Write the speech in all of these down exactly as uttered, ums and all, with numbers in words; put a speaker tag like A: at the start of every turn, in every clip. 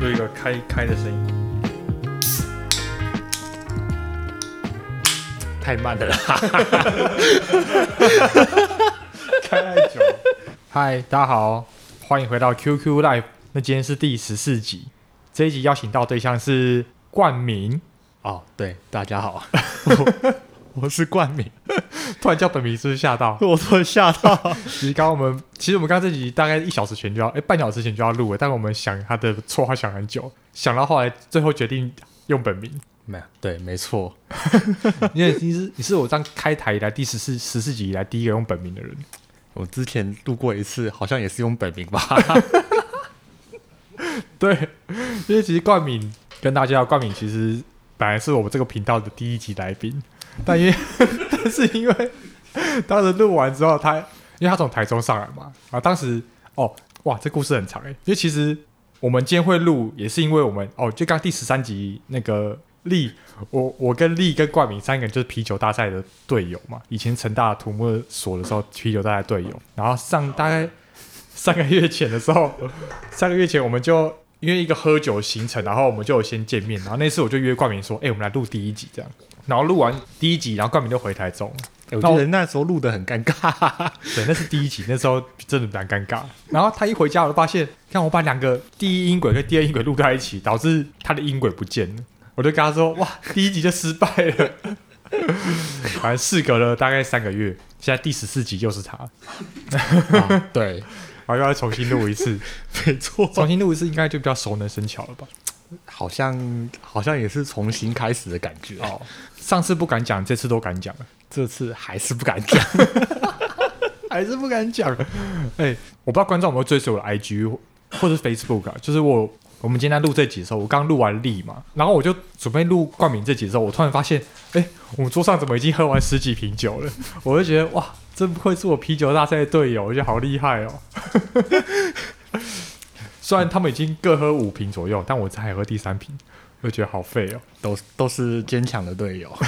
A: 有一个开开的声音，
B: 太慢了啦，
A: 开太久。嗨，大家好，欢迎回到 Q Q Live。那今天是第十四集，这一集邀请到对象是冠名。
B: 哦，对，大家好，我, 我是冠名。
A: 突然叫本名是不是吓到？
B: 我突然吓到。
A: 其实刚刚我们，其实我们刚刚这集大概一小时前就要，哎，半小时前就要录了，但我们想他的绰号想很久，想到后来最后决定用本名。
B: 没有，对，没错。
A: 因为你是你是我这样开台以来第十四十四集以来第一个用本名的人。
B: 我之前录过一次，好像也是用本名吧。
A: 对，因为其实冠名跟大家冠名其实本来是我们这个频道的第一集来宾，但因为但是因为当时录完之后，他因为他从台中上来嘛，啊，当时哦哇，这故事很长哎，因为其实我们今天会录也是因为我们哦，就刚第十三集那个力，我我跟力跟冠名三个人就是啤酒大赛的队友嘛，以前成大土木所的时候啤酒大赛队友，然后上大概三个月前的时候，三个月前我们就因为一个喝酒行程，然后我们就有先见面，然后那次我就约冠名说，哎、欸，我们来录第一集这样，然后录完第一集，然后冠名就回台中。
B: 欸、我觉得那时候录得很尴尬。
A: 对，那是第一集，那时候真的蛮尴尬。然后他一回家，我就发现，看我把两个第一音轨跟第二音轨录在一起，导致他的音轨不见了。我就跟他说，哇，第一集就失败了。反正事隔了大概三个月，现在第十四集又是他。
B: 啊、对，
A: 然后又要重新录一次。
B: 没错，
A: 重新录一次应该就比较熟能生巧了吧？
B: 好像好像也是重新开始的感觉。
A: 哦，上次不敢讲，这次都敢讲了。
B: 这次还是不敢讲，
A: 还是不敢讲。哎、欸，我不知道观众有没有追随我的 I G 或者 Facebook 啊？就是我，我们今天在录这集的时候，我刚录完力嘛，然后我就准备录冠名这集的时候，我突然发现，哎、欸，我们桌上怎么已经喝完十几瓶酒了？我就觉得哇，真不愧是我啤酒大赛的队友，我觉得好厉害哦。虽然他们已经各喝五瓶左右，但我才喝第三瓶，我就觉得好废哦。
B: 都都是坚强的队友。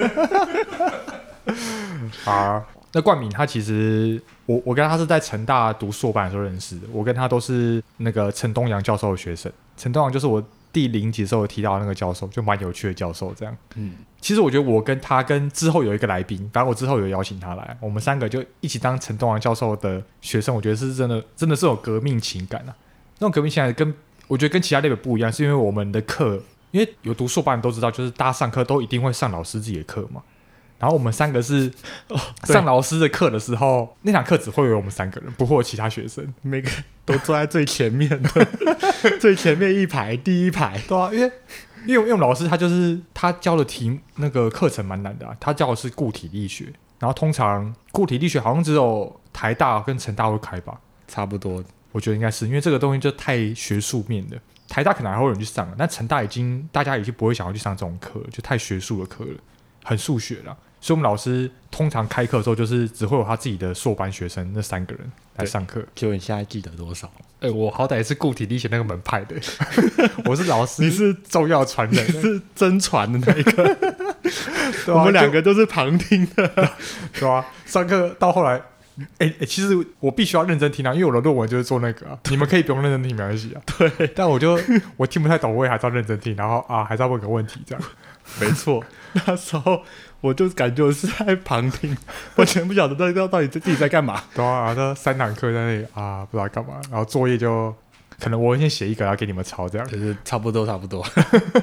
A: 啊，那冠名他其实我我跟他是在成大读硕班的时候认识的，我跟他都是那个陈东阳教授的学生。陈东阳就是我第零集的时候有提到的那个教授，就蛮有趣的教授这样。嗯，其实我觉得我跟他跟之后有一个来宾，反正我之后有邀请他来，我们三个就一起当陈东阳教授的学生。我觉得是真的真的是有革命情感啊，那种革命情感跟我觉得跟其他类别不一样，是因为我们的课，因为有读硕班都知道，就是大家上课都一定会上老师自己的课嘛。然后我们三个是上老师的课的时候，哦、那堂课只会有我们三个人，不会有其他学生，
B: 每个都坐在最前面的，最前面一排，第一排。
A: 对啊，因为因为因为我们老师他就是他教的题那个课程蛮难的、啊，他教的是固体力学，然后通常固体力学好像只有台大跟成大会开吧，
B: 差不多，
A: 我觉得应该是因为这个东西就太学术面的，台大可能还会有人去上了，但成大已经大家已经不会想要去上这种课，就太学术的课了，很数学了。所以我们老师通常开课的时候，就是只会有他自己的硕班学生那三个人来上课。
B: 就你现在记得多少？
A: 哎、欸，我好歹是固体力学那个门派的，我是老师，
B: 你是
A: 重要传人，
B: 你是真传的那一个。啊、我们两个都是旁听的，
A: 对吧、啊？上课到后来，哎、欸欸，其实我必须要认真听啊，因为我的论文就是做那个、啊，你们可以不用认真听，没关系啊。
B: 对，
A: 但我就我听不太懂，我也还是要认真听，然后啊，还是要问个问题这样。
B: 没错，那时候我就感觉我是在旁听，完全不晓得到底到底自己在干嘛。
A: 对啊，然后三堂课在那里啊，不知道干嘛，然后作业就可能我先写一个，然后给你们抄，这样
B: 就是差不多差不多。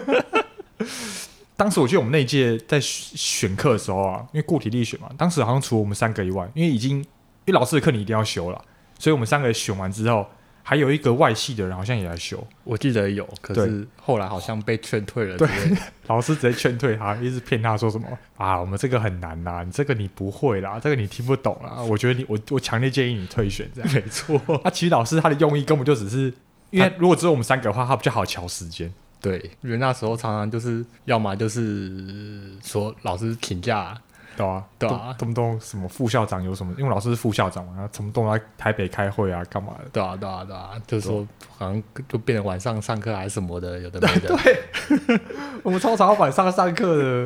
A: 当时我记得我们那一届在选课的时候啊，因为固体力学嘛，当时好像除了我们三个以外，因为已经因为老师的课你一定要修了，所以我们三个选完之后。还有一个外系的人好像也来修，
B: 我记得有，可是后来好像被劝退了。
A: 对，老师直接劝退他，一直骗他说什么啊，我们这个很难啦，你这个你不会啦，这个你听不懂啦，我觉得你我我强烈建议你退选这样。
B: 没错，
A: 啊，其实老师他的用意根本就只是，因为如果只有我们三个的话，他比较好调时间。
B: 对，因为那时候常常就是要么就是说老师请假。
A: 对啊，
B: 对啊，
A: 动不动什么副校长有什么，因为老师是副校长嘛，然后动不动在台北开会啊，干嘛的？
B: 对啊，对啊，对啊，就是说好像就变成晚上上课还是什么的，有的没的。
A: 对，我们超常晚上上课的，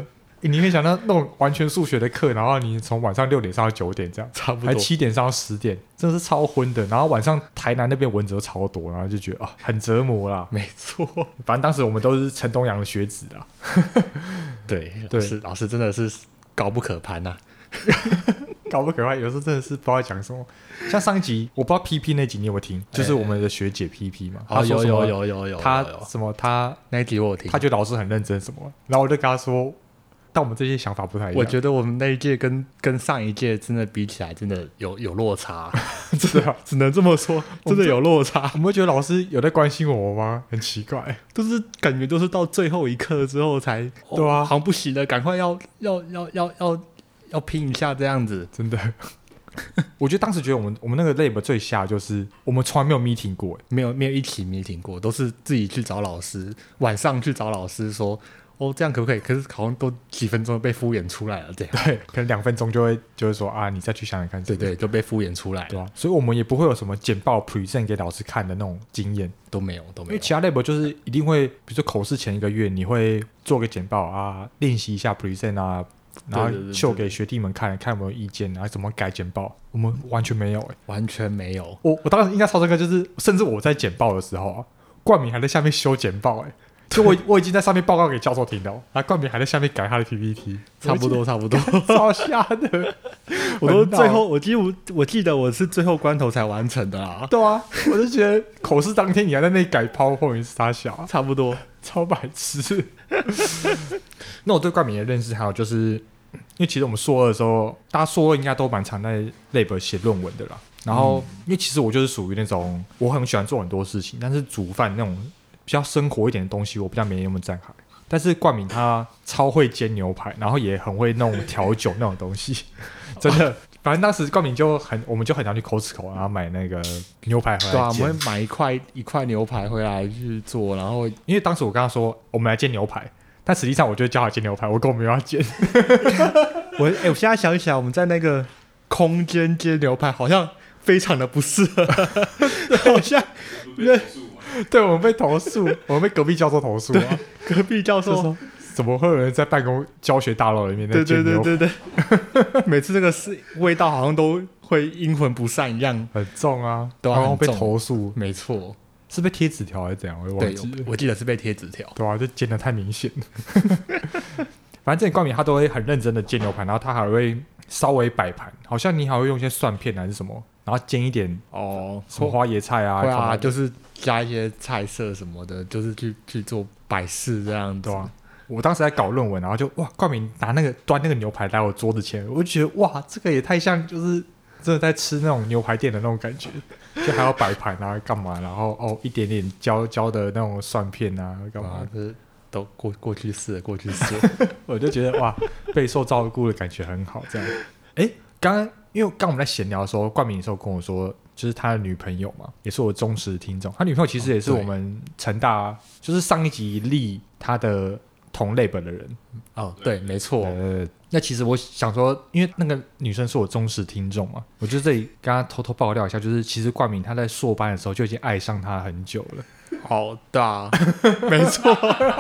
A: 欸你可以想到那种完全数学的课，然后你从晚上六点上到九点这样，
B: 差不多
A: 还七点上到十点，真的是超昏的。然后晚上台南那边蚊子都超多，然后就觉得啊很折磨啦。
B: 没错，
A: 反正当时我们都是陈东阳的学子啊。
B: 对，
A: 对
B: 老师老师真的是高不可攀呐、啊。
A: 搞不可怕，有时候真的是不知道讲什么。像上一集我不知道 P P 那集你有没有听，就是我们的学姐 P P 嘛，
B: 哦，
A: 她说什么
B: 有有有有有，
A: 她
B: 有
A: 什么她
B: 那一集我有听，
A: 她觉得老师很认真什么，然后我就跟她说，但我们这些想法不太一样。
B: 我觉得我们那一届跟跟上一届真的比起来，真的有有落差，
A: 真的啊
B: 只能这么说，真的有落差。
A: 我们会觉得老师有在关心我吗？很奇怪。
B: 就是感觉都是到最后一刻之后才，
A: 对啊
B: 哦好像不行了，赶快要要要要要要拼一下这样子。
A: 真的。我觉得当时觉得我们我们那个 lab 最下就是我们从来没有 meeting 过，
B: 没有没有一起 meeting 过，都是自己去找老师，晚上去找老师说，哦这样可不可以？可是好像都几分钟被敷衍出来了，这样。
A: 对，可能两分钟就会就会说啊，你再去想想看、这个。
B: 对对，就被敷衍出来了，
A: 对啊，所以我们也不会有什么简报 present 给老师看的那种经验。
B: 都没有都没有。
A: 因为其他 lab 就是一定会，比如说口试前一个月，你会做个简报啊，练习一下 present 啊，然后
B: 对对对对
A: 秀给学弟们看，看有没有意见，然后怎么改简报。我们完全没有、欸，
B: 完全没有。
A: 我我当时印象超深刻，就是甚至我在简报的时候啊，冠冕还在下面修简报、欸，哎，就我我已经在上面报告给教授听了，然后冠冕还在下面改他的 P P T，
B: 差不多差不多，
A: 超瞎的。
B: 我都最后，我记我我记得我是最后关头才完成的啦。
A: 对啊，我就觉得口试当天你还在那里改 PowerPoint 是傻小、啊，
B: 差不多，
A: 超白痴。那我对冠冕的认识还有就是，因为其实我们硕二的时候，大家硕二应该都蛮常在 lab 写论文的啦。然后，嗯、因为其实我就是属于那种我很喜欢做很多事情，但是煮饭那种比较生活一点的东西，我比较没那么在行。但是冠冕他超会煎牛排，然后也很会弄调酒那种东西，真的。反正当时冠冕就很，我们就很常去 Costco， 然后买那个牛排回来煎。
B: 对啊，我们会买一块一块牛排回来去做，然后
A: 因为当时我跟他说我们来煎牛排，但实际上我就教他煎牛排，我根本没有要煎。
B: 我哎、欸，我现在想一想，我们在那个空间煎牛排好像非常的不适合，好像对，
A: 对我们被投诉，我们被隔壁教授投诉啊，
B: 隔壁教授说。
A: 怎么会有人在办公教学大楼里面在煎牛？
B: 对对对对对，每次这个是味道好像都会阴魂不散一样，
A: 很重啊，
B: 都
A: 然后被投诉。
B: 没错，
A: 是被贴纸条还是怎样？我忘记了。
B: 对，我记得是被贴纸条。
A: 对啊，就煎得太明显了。反正这里冠冕他都会很认真的煎牛排，然后他还会稍微摆盘，好像你还会用一些蒜片还是什么，然后煎一点
B: 哦，
A: 什么花椰菜啊，
B: 会啊，就是加一些菜色什么的，就是去去做摆饰这样子。
A: 对啊。我当时在搞论文，然后就哇，冠冕拿那个端那个牛排来我桌子前，我就觉得哇，这个也太像就是真的在吃那种牛排店的那种感觉，就还要摆盘啊，干嘛，然后哦一点点焦焦的那种蒜片啊，干嘛，
B: 就是都过过去式了，过去式，
A: 我就觉得哇，备受照顾的感觉很好。这样，哎，刚刚因为刚我们在闲聊的时候，冠冕的时候跟我说，就是他的女朋友嘛，也是我忠实的听众，他女朋友其实也是我们成大，就是上一集立他的。同类本的人
B: 哦，对，没错。
A: 呃，那其实我想说，因为那个女生是我忠实听众嘛，我就这里跟她偷偷爆料一下，就是其实冠冕他在硕班的时候就已经爱上她很久了。
B: 好的、啊，没错。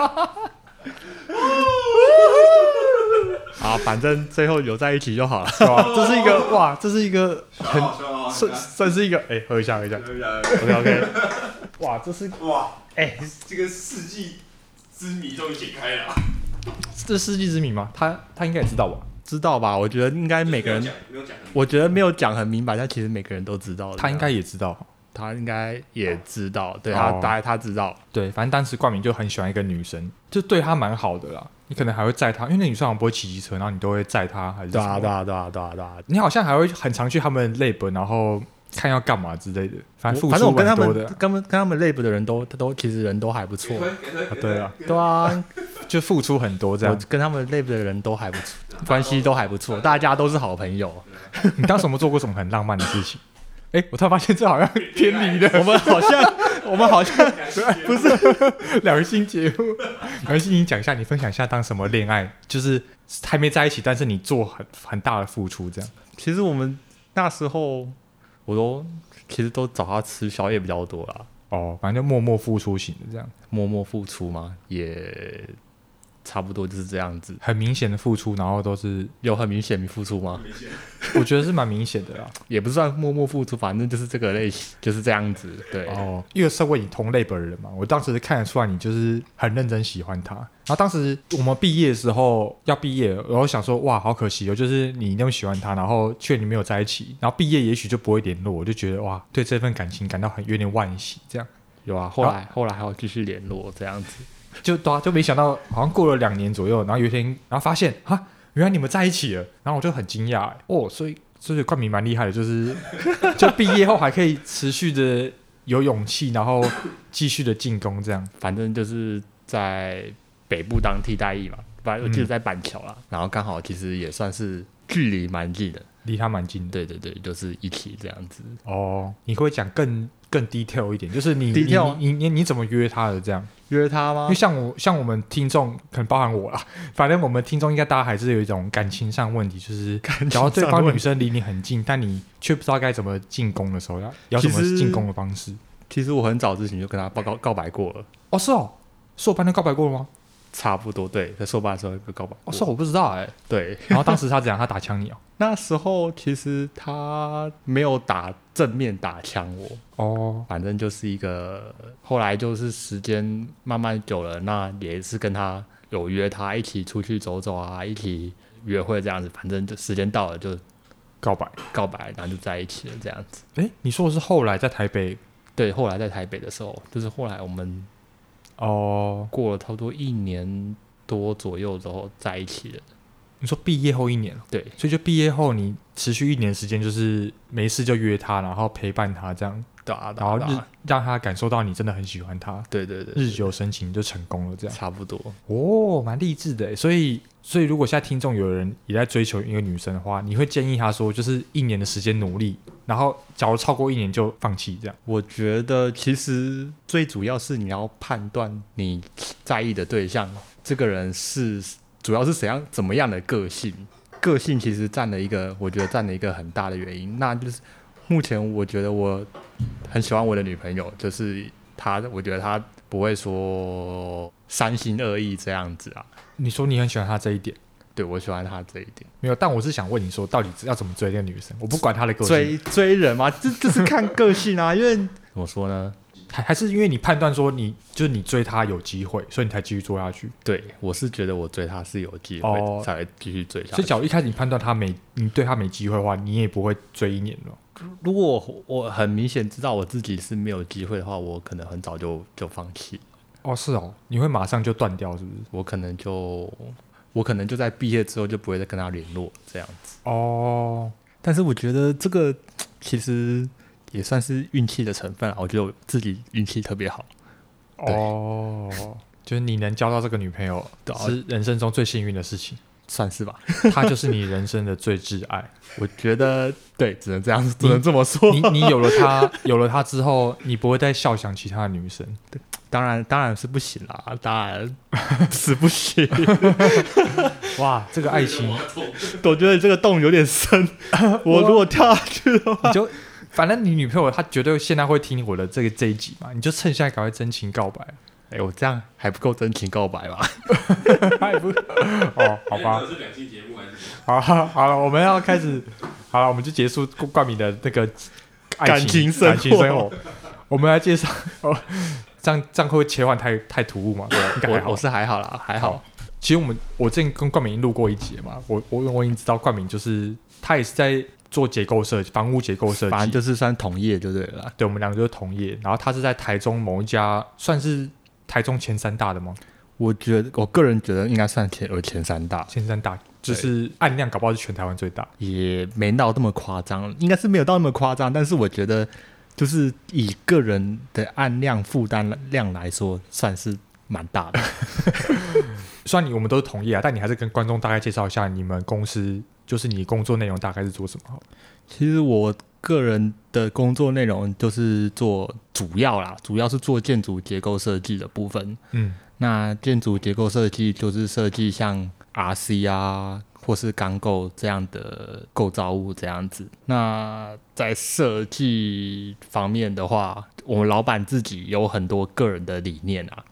B: 啊，反正最后有在一起就好了，
A: 是吧？这是一个哇，这是一个很算算是一个哎、欸，喝一下，喝一下 ，OK OK。哇，这是
C: 哇，
A: 哎、
C: 欸，这个世纪。之谜终于解开了、啊，
A: 这是世纪之谜吗？他他应该也知道吧？
B: 知道吧？我觉得应该每个人，我觉得没有讲很明白，但其实每个人都知道。
A: 他应该也知道，
B: 他应该也知道，对他大概他知道。
A: 对，反正当时冠冕就很喜欢一个女生，就对他蛮好的啦。你可能还会载她，因为那女生好像不会骑机车，然后你都会载她，还是
B: 对啊对啊对啊对啊对啊。
A: 你好像还会很常去他们 lab， 然后。看要干嘛之类的，反正付
B: 反正我跟他们
A: 跟
B: 跟跟他们 lab 的人都都其实人都还不错，
A: 啊对啊
B: 对啊，
A: 就付出很多这样。
B: 我跟他们 lab 的人都还不错，关系都还不错，大家都是好朋友。
A: 你当时有没有做过什么很浪漫的事情？哎、欸，我突然发现这好像偏离了，
B: 我们好像我们好像不是
A: 两性节目。没关系，你讲一下，你分享一下当什么恋爱，就是还没在一起，但是你做很很大的付出这样。
B: 其实我们那时候。我都其实都找他吃宵夜比较多啦。
A: 哦，反正就默默付出型的这样，
B: 默默付出嘛，也差不多就是这样子。
A: 很明显的付出，然后都是
B: 有很明显付出吗？
C: 明显
A: 我觉得是蛮明显的啦。
B: 也不算默默付出，反正就是这个类型，就是这样子。对，
A: 哦，因为身为你同类本人嘛，我当时看得出来你就是很认真喜欢他。然后当时我们毕业的时候要毕业了，然后想说哇，好可惜哦，就是你那么喜欢他，然后却你没有在一起，然后毕业也许就不会联络，我就觉得哇，对这份感情感到很有点惋惜，这样。
B: 有啊，后来后来还要继续联络这样子。
A: 就对啊，就没想到好像过了两年左右，然后有一天，然后发现哈，原来你们在一起了，然后我就很惊讶哦，所以所以冠名蛮厉害的，就是就毕业后还可以持续的有勇气，然后继续的进攻这样。
B: 反正就是在北部当替代役嘛，反正我记得在板桥啦，嗯、然后刚好其实也算是距离蛮近的，
A: 离他蛮近的。
B: 对对对，就是一起这样子。
A: 哦，你会讲更更 detail 一点，就是你
B: detail
A: 你你你你怎么约他的这样？
B: 约他吗？
A: 因为像我像我们听众，可能包含我啦，反正我们听众应该大家还是有一种感情上问题，就是只要对方女生离你很近，但你却不知道该怎么进攻的时候，要要什么进攻的方式？
B: 其实我很早之前就跟他报告告白过了。
A: 哦，是哦，硕班就告白过了吗？
B: 差不多，对，在硕班的时候就告白过。
A: 哦，是我不知道哎、欸。
B: 对，
A: 然后当时他怎样？他打枪你哦？
B: 那时候其实他没有打正面打枪我
A: 哦，
B: 反正就是一个，后来就是时间慢慢久了，那也是跟他有约他一起出去走走啊，一起约会这样子，反正就时间到了就
A: 告白，
B: 告白，然后就在一起了这样子。
A: 哎，你说的是后来在台北？
B: 对，后来在台北的时候，就是后来我们
A: 哦
B: 过了差不多一年多左右之后在一起了。
A: 你说毕业后一年？
B: 对，
A: 所以就毕业后你持续一年时间，就是没事就约他，然后陪伴他这样，
B: 对啊，
A: 然后日让他感受到你真的很喜欢他，
B: 对对 对,
A: 对，日久生情就成功了，这样
B: 差不多。
A: 哦，蛮励志的。所以所以如果现在听众有人也在追求一个女生的话，你会建议他说，就是一年的时间努力，然后假如超过一年就放弃这样？
B: 我觉得其实最主要是你要判断你在意的对象这个人是主要是怎样怎么样的个性，个性其实占了一个，我觉得占了一个很大的原因。那就是目前我觉得我很喜欢我的女朋友，就是她，我觉得她不会说三心二意这样子啊。
A: 你说你很喜欢她这一点？
B: 对，我喜欢她这一点。
A: 没有，但我是想问你说，到底要怎么追这个女生？我不管她的个性。
B: 追追人嘛，这这是看个性啊。因为怎么说呢？
A: 还还是因为你判断说你就是你追她有机会，所以你才继续做下去。
B: 对，我是觉得我追她是有机会、哦、才会继续追下去。
A: 所以，假如一开始你判断她没，你对她没机会的话，你也不会追一年了。
B: 如果 我, 我很明显知道我自己是没有机会的话，我可能很早就就放弃。
A: 哦，是哦，你会马上就断掉，是不是？
B: 我可能就我可能就在毕业之后就不会再跟她联络这样子。
A: 哦，
B: 但是我觉得这个其实也算是运气的成分啊，我觉得我自己运气特别好。
A: 哦，就是你能交到这个女朋友，是人生中最幸运的事情，
B: 算是吧。
A: 她就是你人生的最挚爱。
B: 我觉得对，只能这样，只能这么说。
A: 你 你, 你有了她，有了她之后，你不会再笑想其他的女生。
B: 对，当然当然是不行啦，当然是不行。
A: 哇，这个爱情，
B: 我觉得这个洞有点深。我如果跳下去的话，
A: 你就反正你女朋友她绝对现在会听我的这个这一集嘛，你就趁现在赶快真情告白。
B: 哎、欸，我这样还不够真情告白吧？
A: 还不哦，好吧。
C: 这是两期节目还是什么？
A: 好，好了，我们要开始，好了，我们就结束冠冕的那个爱情
B: 感情生活。
A: 感情生活我们来介绍哦，这样这样会切换太太突兀嘛？应该还好，
B: 我我是还好啦，还好。
A: 好其实我们我之前跟冠冕录过一节嘛，我我我已经知道冠冕就是他也是在做结构设计，房屋结构设计，
B: 反正就是算同业就对了啦。
A: 对，我们两个就是同业，然后他是在台中某一家算是台中前三大的吗？
B: 我觉得我个人觉得应该算前有前三大，
A: 前三大就是案量搞不好是全台湾最大，
B: 也没到那么夸张，应该是没有到那么夸张，但是我觉得就是以个人的案量负担量来说，算是蛮大的。
A: 虽然你我们都是同业啊，但你还是跟观众大概介绍一下你们公司，就是你工作内容大概是做什么？
B: 其实我个人的工作内容就是做主要啦，主要是做建筑结构设计的部分。嗯，那建筑结构设计就是设计像 R C 啊，或是钢构这样的构造物这样子。那在设计方面的话，我们老板自己有很多个人的理念啊。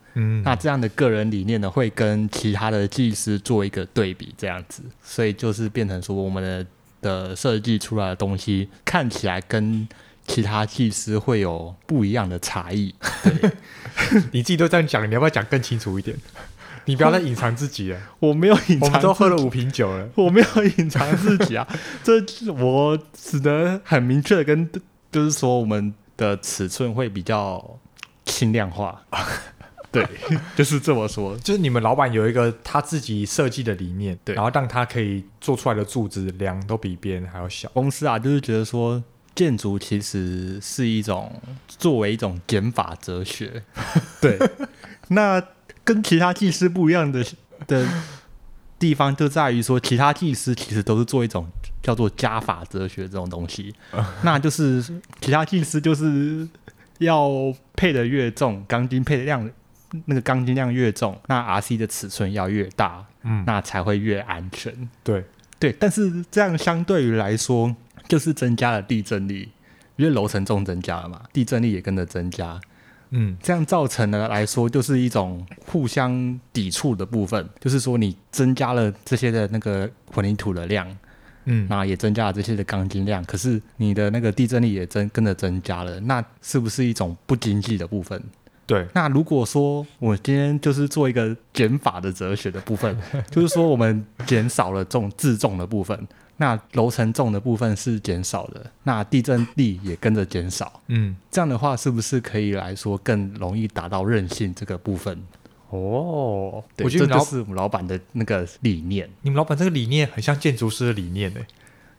A: 嗯，
B: 那这样的个人理念呢，会跟其他的技师做一个对比，这样子，所以就是变成说我们的的设计出来的东西看起来跟其他技师会有不一样的差异。对，
A: 你自己都这样讲，你要不要讲更清楚一点？你不要再隐藏自己了。
B: 我没有隐藏，
A: 我们都喝了五瓶酒了，
B: 我没有隐藏自己啊，这我只能很明确的跟，就是说我们的尺寸会比较轻量化。对，就是这么说。
A: 就是你们老板有一个他自己设计的理念，
B: 对，
A: 然后让他可以做出来的柱子量都比别人还要小。
B: 公司啊，就是觉得说建筑其实是一种作为一种减法哲学。对，那跟其他技师不一样的的地方就在于说，其他技师其实都是做一种叫做加法哲学这种东西。那就是其他技师就是要配的越重，钢筋配的量。那个钢筋量越重，那 R C 的尺寸要越大，嗯，那才会越安全。
A: 对
B: 对，但是这样相对于来说，就是增加了地震力，因为楼层重增加了嘛，地震力也跟着增加。嗯，这样造成的来说，就是一种互相抵触的部分，就是说你增加了这些的那个混凝土的量，嗯，那也增加了这些的钢筋量，可是你的那个地震力也增跟着增加了，那是不是一种不经济的部分？
A: 对，
B: 那如果说我今天就是做一个减法的哲学的部分，就是说我们减少了重自重的部分，那楼层重的部分是减少的，那地震力也跟着减少。嗯，这样的话是不是可以来说更容易达到韧性这个部分？哦，对，
A: 我觉得
B: 这就是我们老板的那个理念。
A: 你们老板这个理念很像建筑师的理念呢。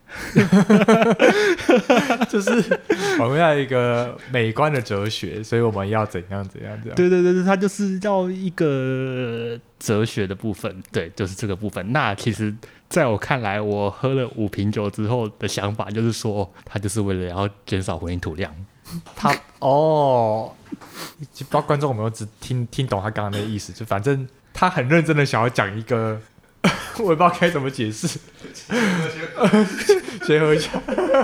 A: 就是我们要一个美观的哲学，所以我们要怎样怎样怎样。
B: 对对对，它就是要一个哲学的部分，对，就是这个部分。那其实在我看来，我喝了五瓶酒之后的想法就是说，它就是为了要减少混凝土量。
A: 他哦，不知道观众有没有只听听懂他刚刚的意思，就反正他很认真的想要讲一个。我也不知道该怎么解释，先喝一下。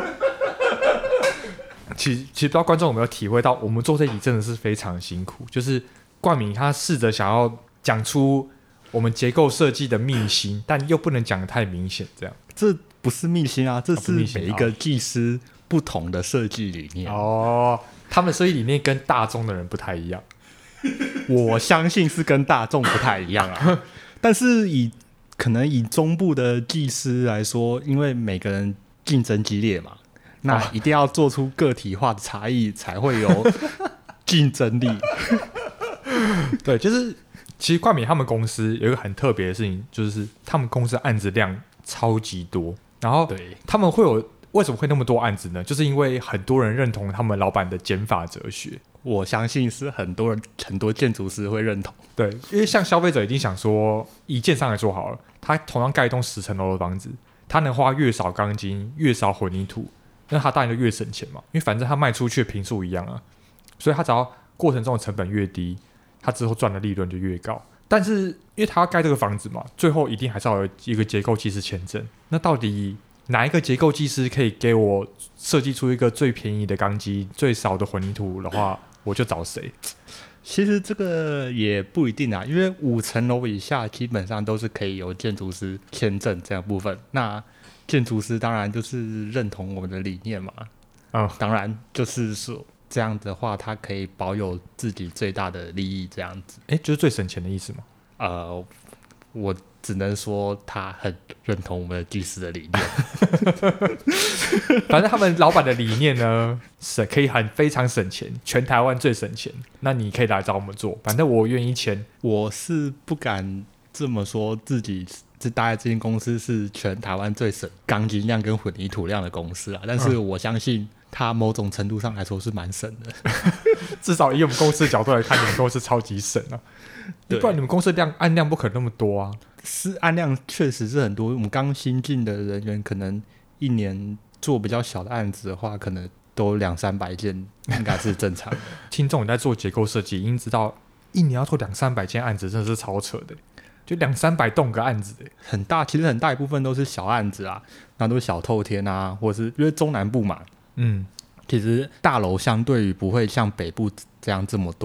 A: 其实，其实不知道观众有没有体会到，我们做这集真的是非常辛苦。就是冠名他试着想要讲出我们结构设计的秘辛，但又不能讲得太明显，这样。
B: 这不是秘辛啊，这是每一个技师不同的设计理念。
A: 哦，他们设计理念跟大众的人不太一样。
B: 我相信是跟大众不太一样啊，但是以可能以中部的技师来说，因为每个人竞争激烈嘛，那一定要做出个体化的差异，才会有竞争力。
A: 对，就是其实冠冕他们公司有一个很特别的事情，就是他们公司的案子量超级多，然后他们会有为什么会那么多案子呢？就是因为很多人认同他们老板的减法哲学。
B: 我相信是很多人很多建筑师会认同。
A: 对，因为像消费者已经想说，以建商来说好了，他同样盖一栋十层楼的房子，他能花越少钢筋、越少混凝土，那他当然就越省钱嘛。因为反正他卖出去的坪数一样啊，所以他只要过程中的成本越低，他之后赚的利润就越高。但是因为他要盖这个房子嘛，最后一定还是要有一个结构技师签证。那到底哪一个结构技师可以给我设计出一个最便宜的钢筋、最少的混凝土的话，我就找谁？
B: 其实这个也不一定啊，因为五层楼以下基本上都是可以有建筑师签证这样部分。那建筑师当然就是认同我们的理念嘛，嗯，当然就是说这样的话，他可以保有自己最大的利益，这样子。
A: 哎，就是最省钱的意思吗？
B: 呃，我只能说他很认同我们的技师的理念。
A: 反正他们老板的理念呢，省可以很非常省钱，全台湾最省钱。那你可以来找我们做，反正我愿意签。
B: 我是不敢这么说，自己是大概这间公司是全台湾最省钢筋量跟混凝土量的公司啊，但是我相信它某种程度上来说是蛮省的。
A: 至少以我们公司的角度来看，你们公司超级省啊。不然你们公司量案量不可能那么多啊。
B: 是案量确实是很多，我们刚新进的人员可能一年做比较小的案子的话，可能都两三百件，应该是正常的。
A: 听众你在做结构设计，已经知道一年要做两三百件案子，真的是超扯的。就两三百栋个案子，
B: 很大，其实很大一部分都是小案子啊，那都是小透天啊，或者是因为中南部嘛，嗯，其实大楼相对于不会像北部这样这么多。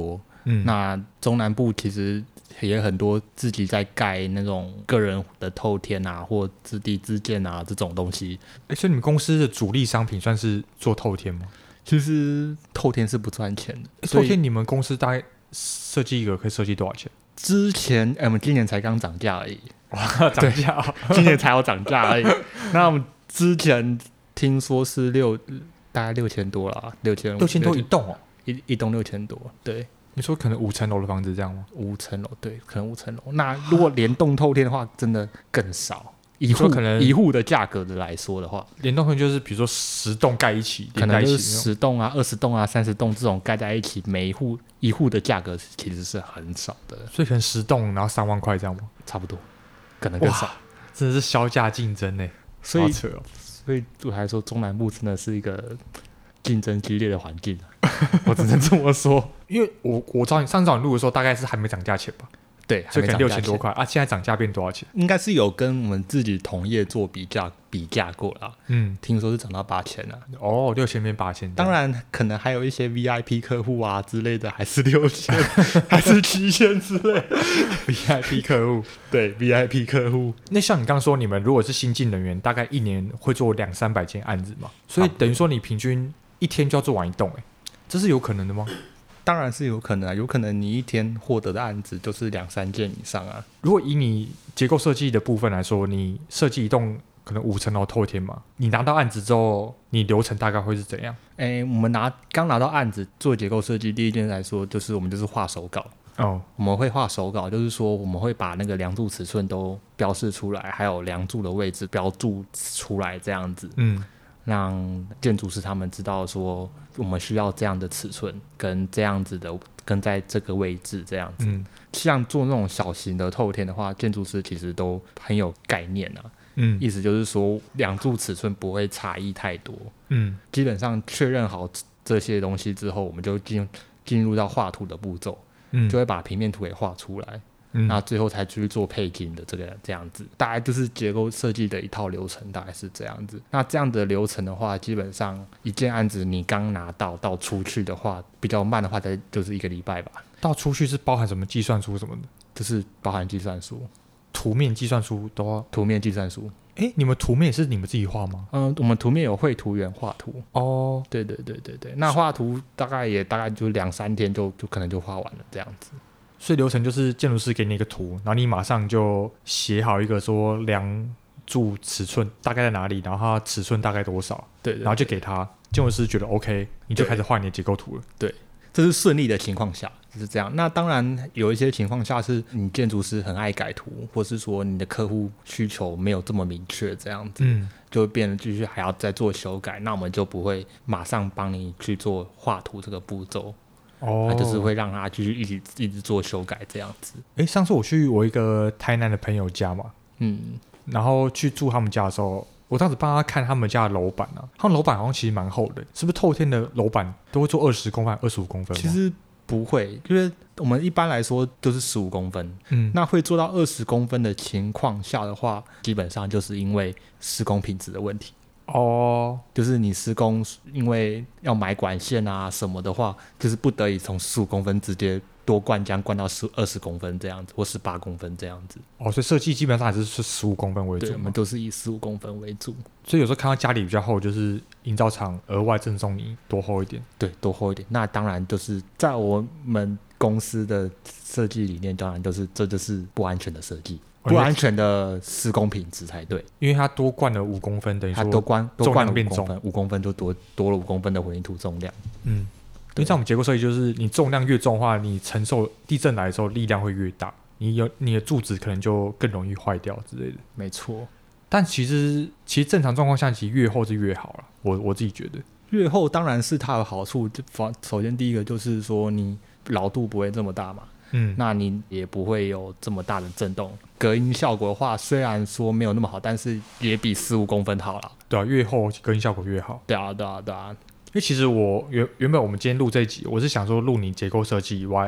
A: 嗯，
B: 那中南部其实也很多自己在盖那种个人的透天啊，或自地自建啊这种东西。
A: 欸，所以你们公司的主力商品算是做透天吗？
B: 其实透天是不赚钱的，
A: 欸，
B: 所以
A: 透天你们公司大概设计一个可以设计多少钱？
B: 之前、欸、我们今年才刚涨价而已，
A: 涨价哦，
B: 今年才有涨价而已。那我们之前听说是六大概六千多啦，六千
A: 六千多一栋哦，
B: 一一栋六千多，对。
A: 你说可能五层楼的房子这样吗？
B: 五层楼，对，可能五层楼。那如果联动透天的话，真的更少。一户
A: 可能
B: 一户的价格的来说的话，
A: 联动可能就是比如说十栋盖一起，
B: 可能就是
A: 十
B: 十栋啊、二十栋啊、三十栋这种盖在一起，每一户一户的价格其实是很少的，
A: 所以可能十栋然后三万块这样吗？
B: 差不多，可能更少。
A: 真的是销价竞争呢，
B: 所以
A: 好扯哦。
B: 所以我还说中南部真的是一个竞争激烈的环境啊，我只能这么说。
A: 因为我我找你上次找你录的时候，大概是还没涨价前吧？
B: 对，
A: 所以可能六千多
B: 块，
A: 块啊，现在涨价变多少钱？
B: 应该是有跟我们自己同业做比价比价过啦。
A: 嗯，
B: 听说是涨到八千啊。
A: 哦，六千变八千，
B: 当然可能还有一些 V I P 客户啊之类的，还是六千，还是七千之类的。
A: V I P 客户，
B: 对 V I P 客户。
A: 那像你刚刚说，你们如果是新进人员，大概一年会做两三百件案子嘛？所以等于说你平均一天就要做完一栋，哎，这是有可能的吗？
B: 当然是有可能啊，有可能你一天获得的案子就是两三件以上啊。
A: 如果以你结构设计的部分来说，你设计一栋可能五层楼透天嘛，你拿到案子之后，你流程大概会是怎样？
B: 哎，我们拿刚拿到案子做结构设计，第一件来说就是我们就是画手稿。
A: 哦，
B: 我们会画手稿，就是说我们会把那个梁柱尺寸都标示出来，还有梁柱的位置标注出来，这样子。
A: 嗯。
B: 让建筑师他们知道说我们需要这样的尺寸跟这样子的跟在这个位置这样子。嗯，像做那种小型的透天的话，建筑师其实都很有概念啊。嗯，意思就是说梁柱尺寸不会差异太多。嗯，基本上确认好这些东西之后，我们就进进入到画图的步骤。嗯，就会把平面图给画出来。嗯，那最后才去做配筋的这个这样子，大概就是结构设计的一套流程，大概是这样子。那这样的流程的话，基本上一件案子你刚拿到到出去的话，比较慢的话，才就是一个礼拜吧。
A: 到出去是包含什么计算书什么的？
B: 就是包含计算书、
A: 图面计算书都要。
B: 图面计算书。
A: 哎，你们图面也是你们自己画吗？
B: 嗯，我们图面有绘图员画图。
A: 哦，
B: 对对对对对，那画图大概也大概就两三天就就可能就画完了这样子。
A: 所以流程就是建筑师给你一个图，然后你马上就写好一个说梁柱尺寸大概在哪里，然后它尺寸大概多少，
B: 对, 对, 对，
A: 然后就给他，建筑师觉得 OK， 你就开始画你的结构图了。
B: 对，这是顺利的情况下就是这样。那当然有一些情况下是你建筑师很爱改图，或是说你的客户需求没有这么明确这样子，嗯，就会变得继续还要再做修改，那我们就不会马上帮你去做画图这个步骤。哦，他就是会让他继续一直一直做修改这样子。
A: 哎，上次我去我一个台南的朋友家嘛，嗯，然后去住他们家的时候，我当时帮他看他们家的楼板啊，他们楼板好像其实蛮厚的，是不是透天的楼板都会做二十公分、二十五公分？
B: 其实不会，因为我们一般来说都是十五公分，嗯，那会做到二十公分的情况下的话，基本上就是因为施工品质的问题。哦，就是你施工因为要买管线啊什么的话，就是不得已从十五公分直接多灌浆灌到二十公分这样子，或十八公分这样子。
A: 哦，所以设计基本上还是是十五公分为主。
B: 对，我们都是以十五公分为主。
A: 所以有时候看到家里比较厚，就是营造厂额外赠送你多厚一点。
B: 对，多厚一点。那当然就是在我们公司的设计理念，当然就是这就是不安全的设计。不安全的施工品质才对，
A: 因为它多灌了五公分，等于说
B: 它多灌多灌了五公分，五公分就多多了五公分的混凝土重量。嗯，
A: 因为像我们结构设计，就是你重量越重的话，你承受地震来的时候力量会越大，你有你的柱子可能就更容易坏掉之类的。
B: 没错，
A: 但其实其实正常状况下，其实越厚是越好了。我我自己觉得，
B: 越厚当然是它有好处。就首先第一个就是说你牢度不会这么大嘛。嗯，那你也不会有这么大的震动，隔音效果的话，虽然说没有那么好，但是也比十五公分好了。
A: 对啊，越厚隔音效果越好。
B: 对啊，对啊，对啊。
A: 因为其实我原原本我们今天录这一集，我是想说录你结构设计以外，还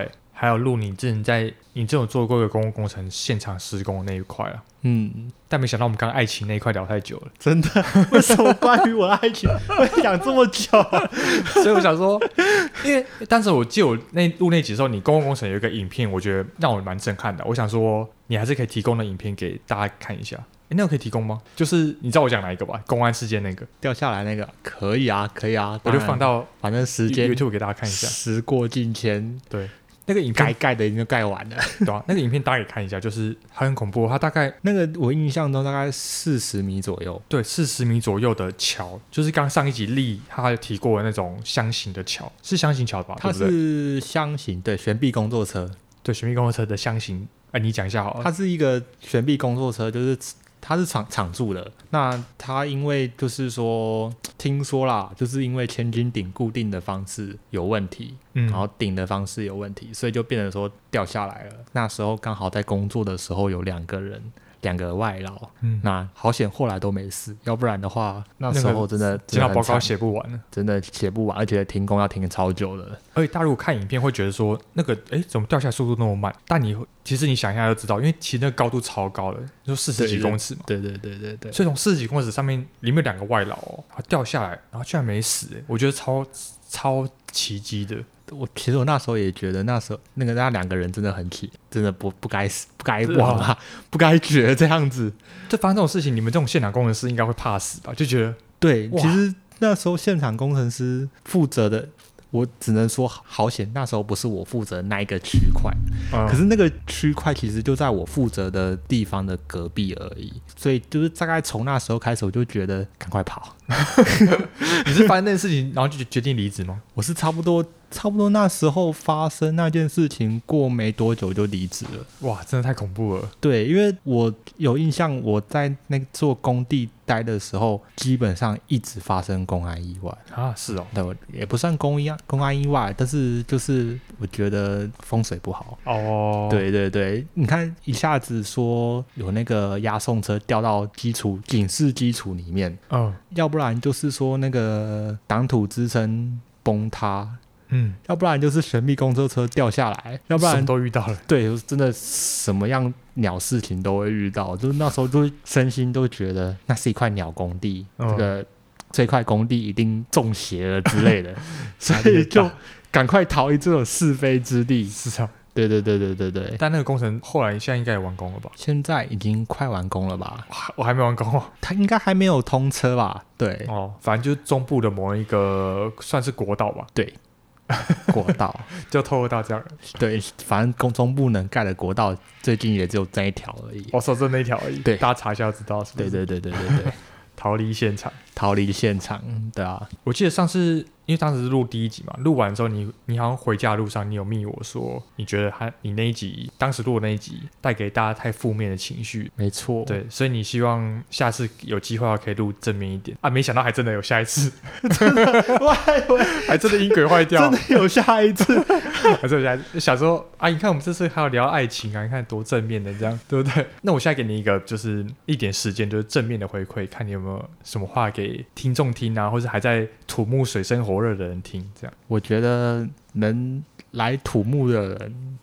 A: 还有录你之前在你这种做过一个公共工程现场施工的那一块啊。
B: 嗯，
A: 但没想到我们刚刚爱情那一块聊太久了，
B: 真的，为什么关于我的爱情会讲这么久？
A: 所以我想说，因为当时我记得我那录那集的时候，你公共工程有一个影片，我觉得让我蛮震撼的。我想说，你还是可以提供的影片给大家看一下。诶，那个可以提供吗？就是你知道我讲哪一个吧？公安事件那个
B: 掉下来那个可以啊，可以啊，
A: 我就放到
B: 反正时间
A: YouTube 给大家看一下。
B: 时过境迁，
A: 对，那个影
B: 该
A: 片
B: 盖的已经盖完了。
A: 对啊，那个影片大家也看一下，就是它很恐怖，它大概
B: 那个我印象中大概四十米左右，
A: 对四十米左右的桥，就是刚上一集力他有提过的那种箱型的桥，是箱型桥吧？
B: 它
A: 对不对？
B: 是箱型，对，悬臂工作车，
A: 对，悬臂工作车的箱型，哎，你讲一下好了。
B: 它是一个悬臂工作车，就是它是厂厂住的。那它因为就是说，听说啦，就是因为千斤顶固定的方式有问题，
A: 嗯，
B: 然后顶的方式有问题，所以就变成说掉下来了。那时候刚好在工作的时候有两个人。两个外劳，嗯，那好险，后来都没事，要不然的话，那时候真的
A: 检讨报告写不完了，
B: 真的写不完，而且停工要停超久的。
A: 而且大家如果看影片会觉得说，那个哎怎么掉下来速度那么慢？但你其实你想一下就知道，因为其实那个高度超高了，就四十几公尺嘛。
B: 对对对对对。
A: 所以从四十几公尺上面，里面有两个外劳哦，然后掉下来，然后居然没死，哎，我觉得超超奇迹的。
B: 我其实我那时候也觉得，那时候那个那两个人真的很奇，真的不不该死，不该忘啊，不该绝这样子。
A: 这发生这种事情，你们这种现场工程师应该会怕死吧？就觉得
B: 对，其实那时候现场工程师负责的，我只能说好险，那时候不是我负责那一个区块，嗯、可是那个区块其实就在我负责的地方的隔壁而已，所以就是大概从那时候开始，我就觉得赶快跑。
A: 你是发生那件事情，然后就决定离职吗？
B: 我是差不多。差不多那时候发生那件事情过没多久就离职了。
A: 哇，真的太恐怖了。
B: 对，因为我有印象，我在那做工地待的时候，基本上一直发生公安意外
A: 啊。是哦，
B: 对，也不算公安公安意外，但是就是我觉得风水不好。
A: 哦，
B: 对对对，你看一下子说有那个押送车掉到基础警示基础里面，嗯，要不然就是说那个挡土支撑崩塌。嗯，要不然就是悬臂工作车掉下来，要不然
A: 什么都遇到了。
B: 对，真的什么样鸟事情都会遇到，就是那时候就身心都觉得那是一块鸟工地，嗯、这个这块工地一定中邪了之类的，所以就赶快逃离这种是非之地。
A: 是啊，
B: 对对对对对对。
A: 但那个工程后来现在应该也完工了吧？
B: 现在已经快完工了吧？
A: 我还没完工哦，
B: 它应该还没有通车吧？对，
A: 哦，反正就是中部的某一个算是国道吧？
B: 对。国道
A: 就透露到这样，
B: 对，反正公中部能盖的国道，最近也只有这一条而已。
A: 我说这那一条而已，
B: 对，
A: 大家查一下就知道是不是。
B: 对对对对对对，
A: 逃离现场，
B: 逃离现场，对啊。
A: 我记得上次，因为当时是录第一集嘛，录完之后你你好像回家的路上，你有密我说，你觉得他你那一集当时录的那一集带给大家太负面的情绪，
B: 没错，
A: 对，所以你希望下次有机会可以录正面一点啊，没想到还真的有下一次，
B: 真的，我还以为
A: 还真的音轨坏掉，
B: 真的有下一次，
A: 还真的有下一次，想说啊，你看我们这次还有聊爱情啊，你看多正面的这样，对不对？那我现在给你一个就是一点时间，就是正面的回馈，看你有没有什么话给听众听啊，或者还在土木水深火热的人听。这样，
B: 我觉得能来土木的人，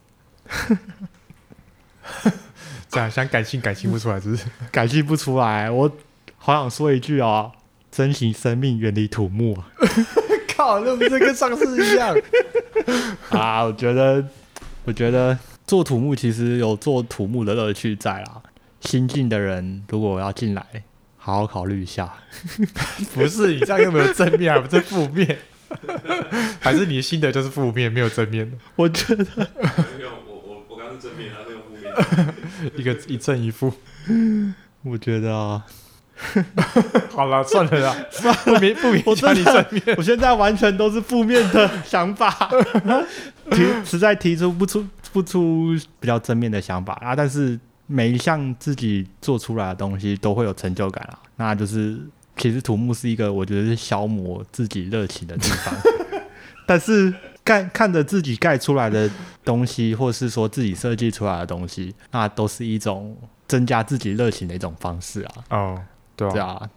A: 这样想感性感性不出来，是不是？
B: 感性不出来。我好想说一句哦，珍惜生命，远离土木啊！
A: 靠，那不是跟上次一样
B: 啊？我觉得，我觉得做土木其实有做土木的乐趣在啦。新进的人如果要进来，好好考虑一下。
A: 不是你这样又没有正面，还不是负面？还是你的心得就是负面，没有正面的？
B: 我觉得
C: 没有，我我我刚刚是正面，他是用负面，
A: 一个一正一负。
B: 我觉得啊，
A: 好了，算了啦，不勉不勉强你正面。
B: 我现在完全都是负面的想法，提实在提出不出不出比较正面的想法啊。但是每一项自己做出来的东西都会有成就感啊，那就是。其实土木是一个我觉得是消磨自己热情的地方，但是盖看着自己盖出来的东西，或是说自己设计出来的东西，那都是一种增加自己热情的一种方式啊。
A: 哦，对啊，
B: 对啊，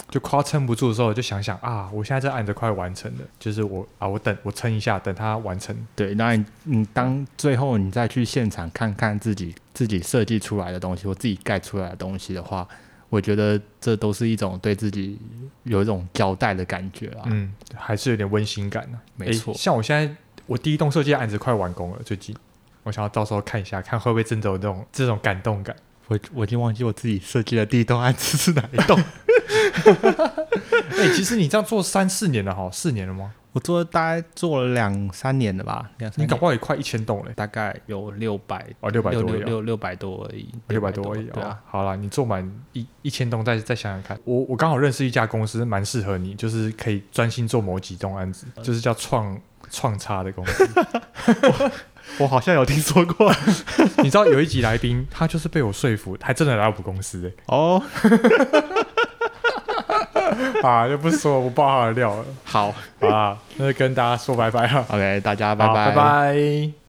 A: 就快要撑不住的时候，就想想啊，我现在这案子快完成了，就是我啊，我等我撑一下，等它完成。
B: 对，那你你当最后你再去现场看看自己自己设计出来的东西或自己盖出来的东西的话，我觉得这都是一种对自己有一种交代的感觉啊。
A: 嗯，还是有点温馨感呢、啊。
B: 没错，
A: 像我现在我第一栋设计的案子快完工了，最近我想要到时候看一下，看会不会真的有这种这种感动感。
B: 我我已经忘记我自己设计的第一栋案子是哪一栋。
A: 哎、欸，其实你这样做三四年了哈，四年了吗？
B: 我做大概做了两三年了吧，两三年。
A: 你搞不好也快一千栋了，
B: 大概有六百
A: 哦，六百多而已、哦，
B: 六六百多而已，
A: 六百多而已。
B: 对啊，
A: 哦、好了，你做满一一千栋，再再想想看。我我刚好认识一家公司，蛮适合你，就是可以专心做某几栋案子，就是叫创创差的公司。
B: 我, 我好像有听说过。
A: 你知道有一集来宾，他就是被我说服，还真的来我们公司哎、
B: 欸。哦。
A: 啊，就不说我爆他的料了。
B: 好，
A: 好啦，那就跟大家说拜拜了。
B: OK， 大家拜拜，
A: 拜拜。